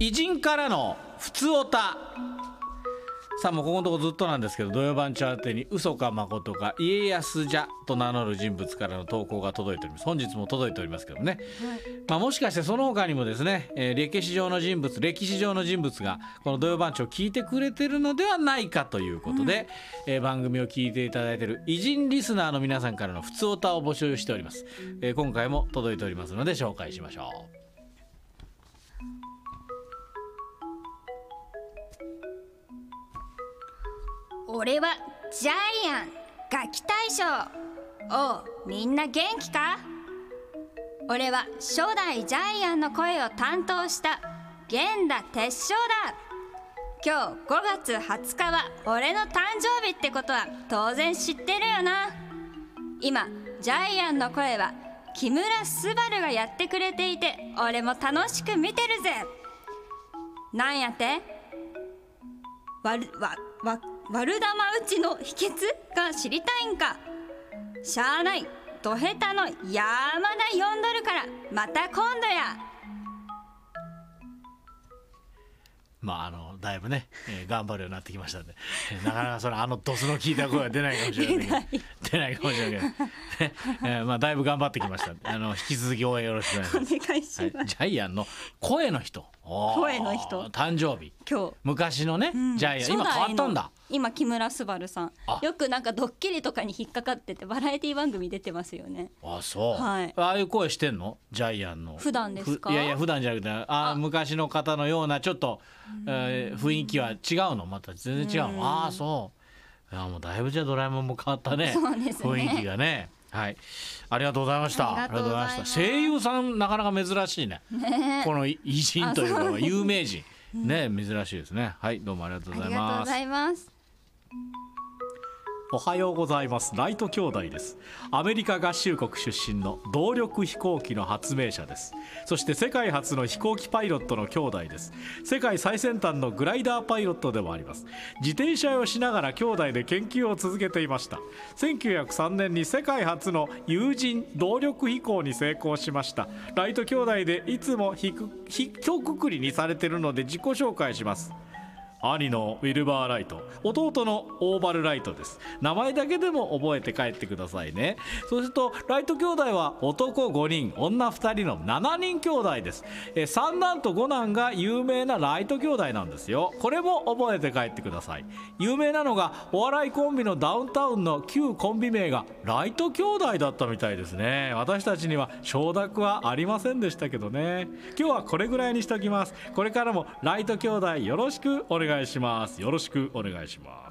偉人からのふつおた。さあもうここのとこずっとなんですけど、土曜番長宛てに嘘か誠か家康じゃと名乗る人物からの投稿が届いております。本日も届いておりますけどね、もしかしてその他にもですね、歴史上の人物がこの土曜番長を聞いてくれてるのではないかということで、番組を聞いていただいている偉人リスナーの皆さんからのふつおたを募集しております。今回も届いておりますので紹介しましょう。 俺はジャイアンガキ大将。おう、みんな元気か？俺は初代ジャイアンの声を担当した源田鉄章だ。今日5月20日は俺の誕生日ってことは当然知ってるよな。今ジャイアンの声は木村昴がやってくれていて、俺も楽しく見てるぜ。なんやって悪玉打ちの秘訣が知りたいんか。しゃあない、ドヘタの山田呼んどるからまた今度や。 だいぶね、頑張るようになってきましたんで、なかなかそれドスの効いた声は出ないかもしれないけど出ないかもしれないけど、だいぶ頑張ってきましたんで、引き続き応援よろしくお願いします。 お願いします。 ジャイアンの声の人誕生日、 今日昔のね、ジャイアン今変わったんだ。 今木村昴さんよくなんかドッキリとかに引っかかっててバラエティ番組出てますよね。 そう、 はい、 ああいう声してんのジャイアンの。 普段ですか？ いや普段じゃなくて昔の方のようなちょっと、雰囲気は違うの？また全然違うの？そうもうだいぶじゃあドラえもんも変わったね。 そうですね、 雰囲気がね。はい、ありがとうございました。 ありがとうございました。 声優さんなかなか珍しいね。この偉人というか有名人ね、珍しいですね。はい、どうもありがとうございます。 ありがとうございます。 おはようございます。ライト兄弟です。アメリカ合衆国出身の動力飛行機の発明者です。そして世界初の飛行機パイロットの兄弟です。世界最先端のグライダーパイロットでもあります。自転車をしながら兄弟で研究を続けていました。1903年に世界初の有人動力飛行に成功しました。ライト兄弟でいつもひとくくりにされているので自己紹介します。兄のウィルバー・ライト、弟のオーバル・ライトです。名前だけでも覚えて帰ってくださいね。そうするとライト兄弟は男5人女2人の7人兄弟です。三男と五男が有名なライト兄弟なんですよ。これも覚えて帰ってください。有名なのがお笑いコンビのダウンタウンの旧コンビ名がライト兄弟だったみたいですね。私たちには承諾はありませんでしたけどね。今日はこれぐらいにしておきます。これからもライト兄弟よろしくお願いします。よろしくお願いします。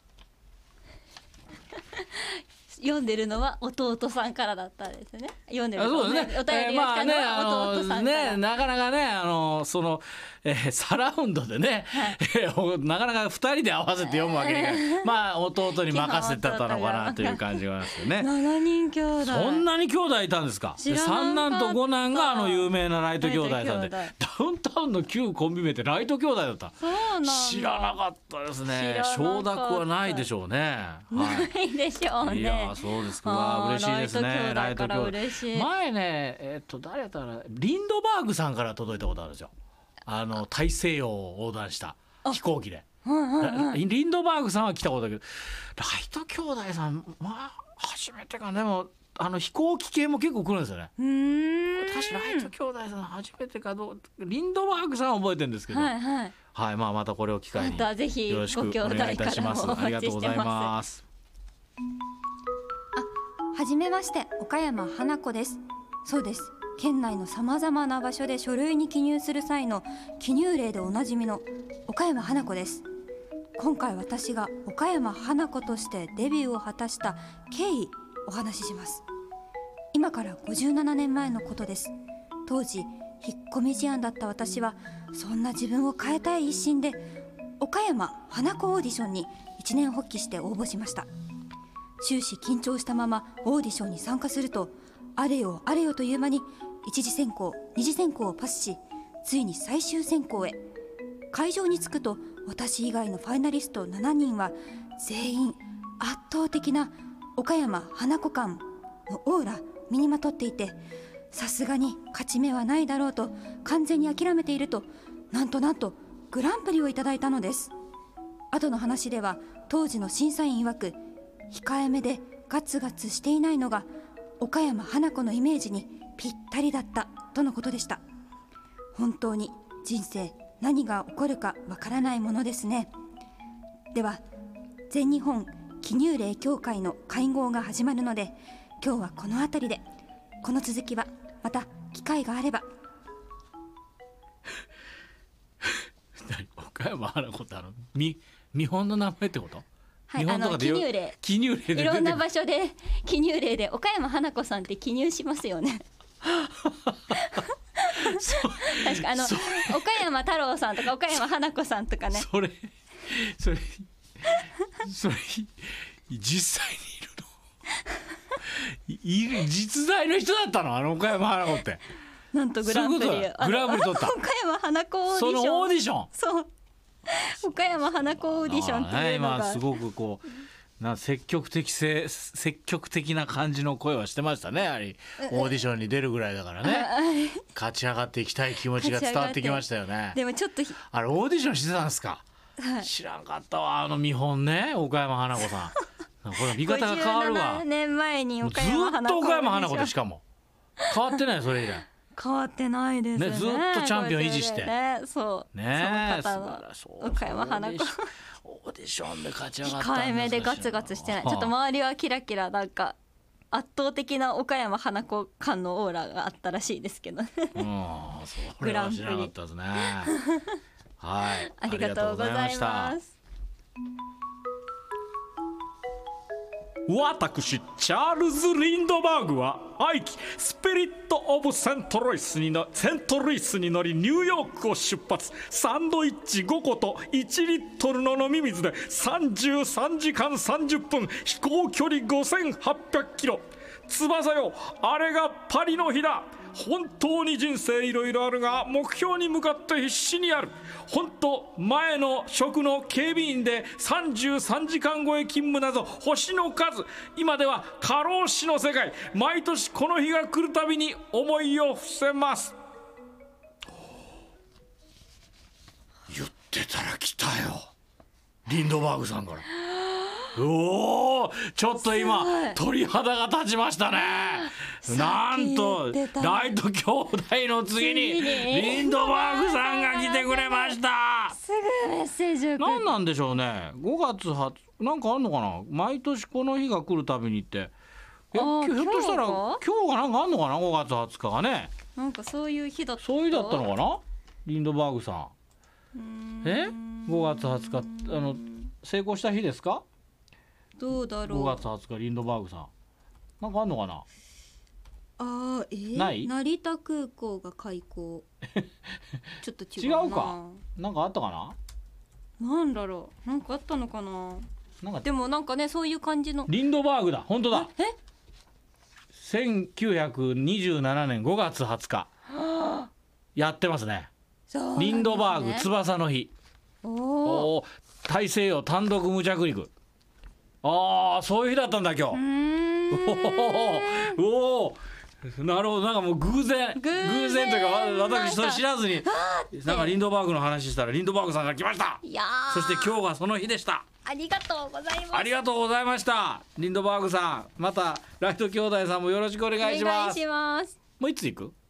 読んでるのは弟さんからだったんですね。読んでるそうですね。 お便りが来たのは弟さんから、 なかなかねサラウンドでね、なかなか2人で合わせて読むわけにいかない。弟に任せてたのかなという感じがしますよね。 7人兄弟。 そんなに兄弟いたんですか？三男と五男が有名なライト兄弟さんで、ダウンタウンの旧コンビ名ってライト兄弟だった。 そうなんだ。 知らなかったですね。承諾はないでしょうね。 ないでしょうね。 いやそうですか。嬉しいですね。 ライト兄弟から嬉しい。 前ね誰だったかな、リンドバーグさんから届いたことあるんですよ。大西洋を横断した飛行機で、リンドバーグさんは来たことだけど、ライト兄弟さん初めてか。でも飛行機系も結構来るんですよね。確かライト兄弟さん初めてかリンドバーグさんは覚えてるんですけど、またこれを機会によろしくお願いいたします。ありがとうございます。 はじめまして、岡山花子です。そうです、県内のさまざまな場所で書類に記入する際の記入例でおなじみの岡山花子です。今回私が岡山花子としてデビューを果たした経緯お話しします。今から57年前のことです。当時引っ込み思案だった私はそんな自分を変えたい一心で岡山花子オーディションに一念発起して応募しました。終始緊張したままオーディションに参加すると、あれよあれよという間に一次選考二次選考をパスし、ついに最終選考へ。会場に着くと私以外のファイナリスト7人は全員圧倒的な岡山花子感のオーラ身にまとっていて、さすがに勝ち目はないだろうと完全に諦めていると、 なんとグランプリをいただいたのです。後の話では当時の審査員曰く、控えめでガツガツしていないのが岡山花子のイメージにぴったりだったとのことでした。本当に人生何が起こるかわからないものですね。では全日本記入例協会の会合が始まるので、今日はこの辺りで。この続きはまた機会があれば。 岡山花子って見本の名前ってこと？ はい、 日本とかで記入例でいろんな場所で記入例で岡山花子さんって記入しますよね。確か岡山太郎さんとか岡山花子さんとかね。 それ実際にいるの実在の人だったの？岡山花子って。 なんとグランプリ取った岡山花子オーディション。 そのオーディション。 そう、岡山花子オーディションっていうのが、 今すごくこう積極的な感じの声はしてましたね。オーディションに出るぐらいだからね。勝ち上がっていきたい気持ちが伝わってきましたよね。 でもちょっとオーディションしてたんですか？はい、知らんかったわ。見本ね、岡山花子さん。これ見方が変わるわ。 57年前に岡山花子。 ずっと岡山花子で、しかも変わってない。それ以来変わってないですね。 ずっとチャンピオン維持してね、そうね、その方の岡山花子オーディションで勝ち上がった。 控えめでガツガツしてない。ちょっと周りはキラキラ、なんか圧倒的な岡山花子感のオーラがあったらしいですけど。 それは知らなかったですね。はい、 ありがとうございます。 私チャールズ・リンドバーグは愛機スピリット・オブ・セントルイスに乗りニューヨークを出発。サンドイッチ5個と1リットルの飲み水で33時間30分、飛行距離5800キロ。翼よ、あれがパリの日だ。本当に人生いろいろあるが、目標に向かって必死にある。本当、前の職の警備員で33時間超え勤務など星の数。今では過労死の世界。毎年この日が来るたびに思いを伏せます。言ってたら来たよ、リンドバーグさんから。おお、ちょっと今鳥肌が立ちましたね。なんとライト兄弟の次にリンドバーグさんが来てくれました。 すぐメッセージを。 何なんでしょうね。5月20日なんかあんのかな。毎年この日が来るたびにって。ひょっとしたら今日がなんかあんのかな。5月20日がね、 なんかそういう日だった。 そういう日だったのかな、リンドバーグさん。5月20日成功した日ですか？ どうだろう。 5月20日リンドバーグさんなんかあんのかな。 ない？成田空港が開港。ちょっと違うな。 違うか。なんかあったかな。 なんだろう。なんかあったのかな。でもなんかね、そういう感じの。 リンドバーグだ。本当だ。1927年5月20日やってますね。リンドバーグ翼の日。大西洋単独無着陸。そういう日だったんだ今日。おお、なるほど。なんかもう偶然というか、私それ知らずになんかリンドバーグの話したらリンドバーグさんが来ました。そして今日はその日でした。 ありがとうございます。 ありがとうございました。リンドバーグさん、またライト兄弟さんもよろしくお願いします。もういつ行く？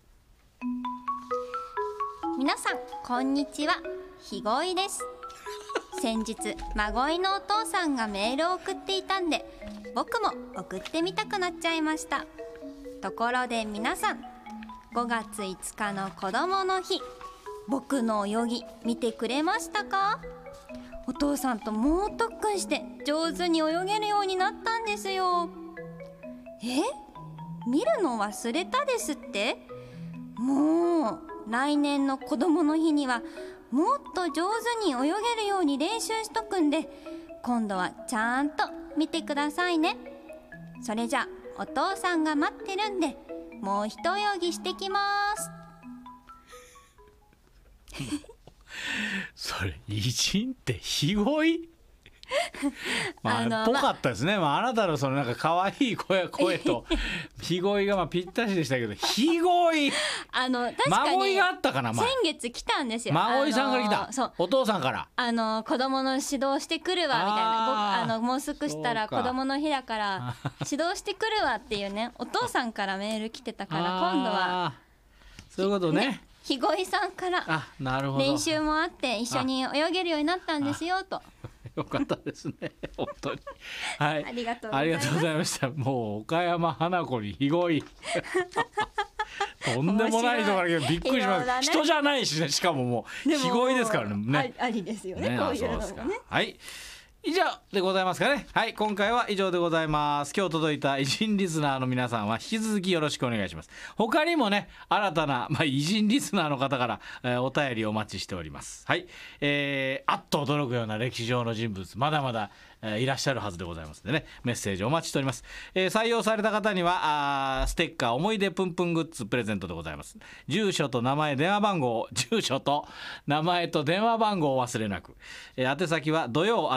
皆さんこんにちは、ひごいです。先日孫いのお父さんがメールを送っていたんで、僕も送ってみたくなっちゃいました。ところで皆さん、5月5日の子どもの日、僕の泳ぎ見てくれましたか？お父さんと猛特訓して上手に泳げるようになったんですよ。見るの忘れたですって？もう来年の子どもの日にはもっと上手に泳げるように練習しとくんで、今度はちゃんと見てくださいね。それじゃお父さんが待ってるんで、もう一泳ぎしてきます。 それ偉人ってひごいぽかったですね。あなたのそのなんか可愛い声と日恋がまあぴったしでしたけど、日恋確かに孫いがあったかな、前先月来たんですよ。 孫いさんから来た、 そうお父さんから。 子供の指導してくるわみたいな、もうすぐしたらそうか子供の日だから指導してくるわっていうね、お父さんからメール来てたから、今度はあーそういうことね。 日恋さんからあ、なるほど。 練習もあって一緒に泳げるようになったんですよと。 よかったですね、本当に。はい、 ありがとうございます。 ありがとうございました。もう岡山花子に日恋とんでもない人がびっくりします、 ね、 人じゃないしね、しかももう日恋ですからね。 ありですよね、こういうのもね。 はい、以上でございますかね。はい、今回は以上でございます。今日届いた偉人リスナーの皆さんは引き続きよろしくお願いします。他にもね、新たな、偉人リスナーの方から、お便りお待ちしております。はい、あっと驚くような歴史上の人物まだまだいらっしゃるはずでございますのでね、メッセージお待ちしております。採用された方にはステッカー思い出ぷんぷんグッズプレゼントでございます。住所と名前電話番号、住所と名前と電話番号を忘れなく、宛先は土曜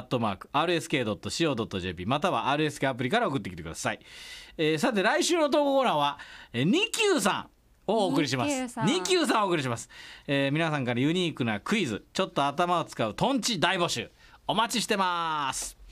@rsk.co.jp または RSK アプリから送ってきてください。さて来週の投稿コーナーは2級さんをお送りします。2級さんをお送りします。皆さんからユニークなクイズ、ちょっと頭を使うトンチ大募集お待ちしてます。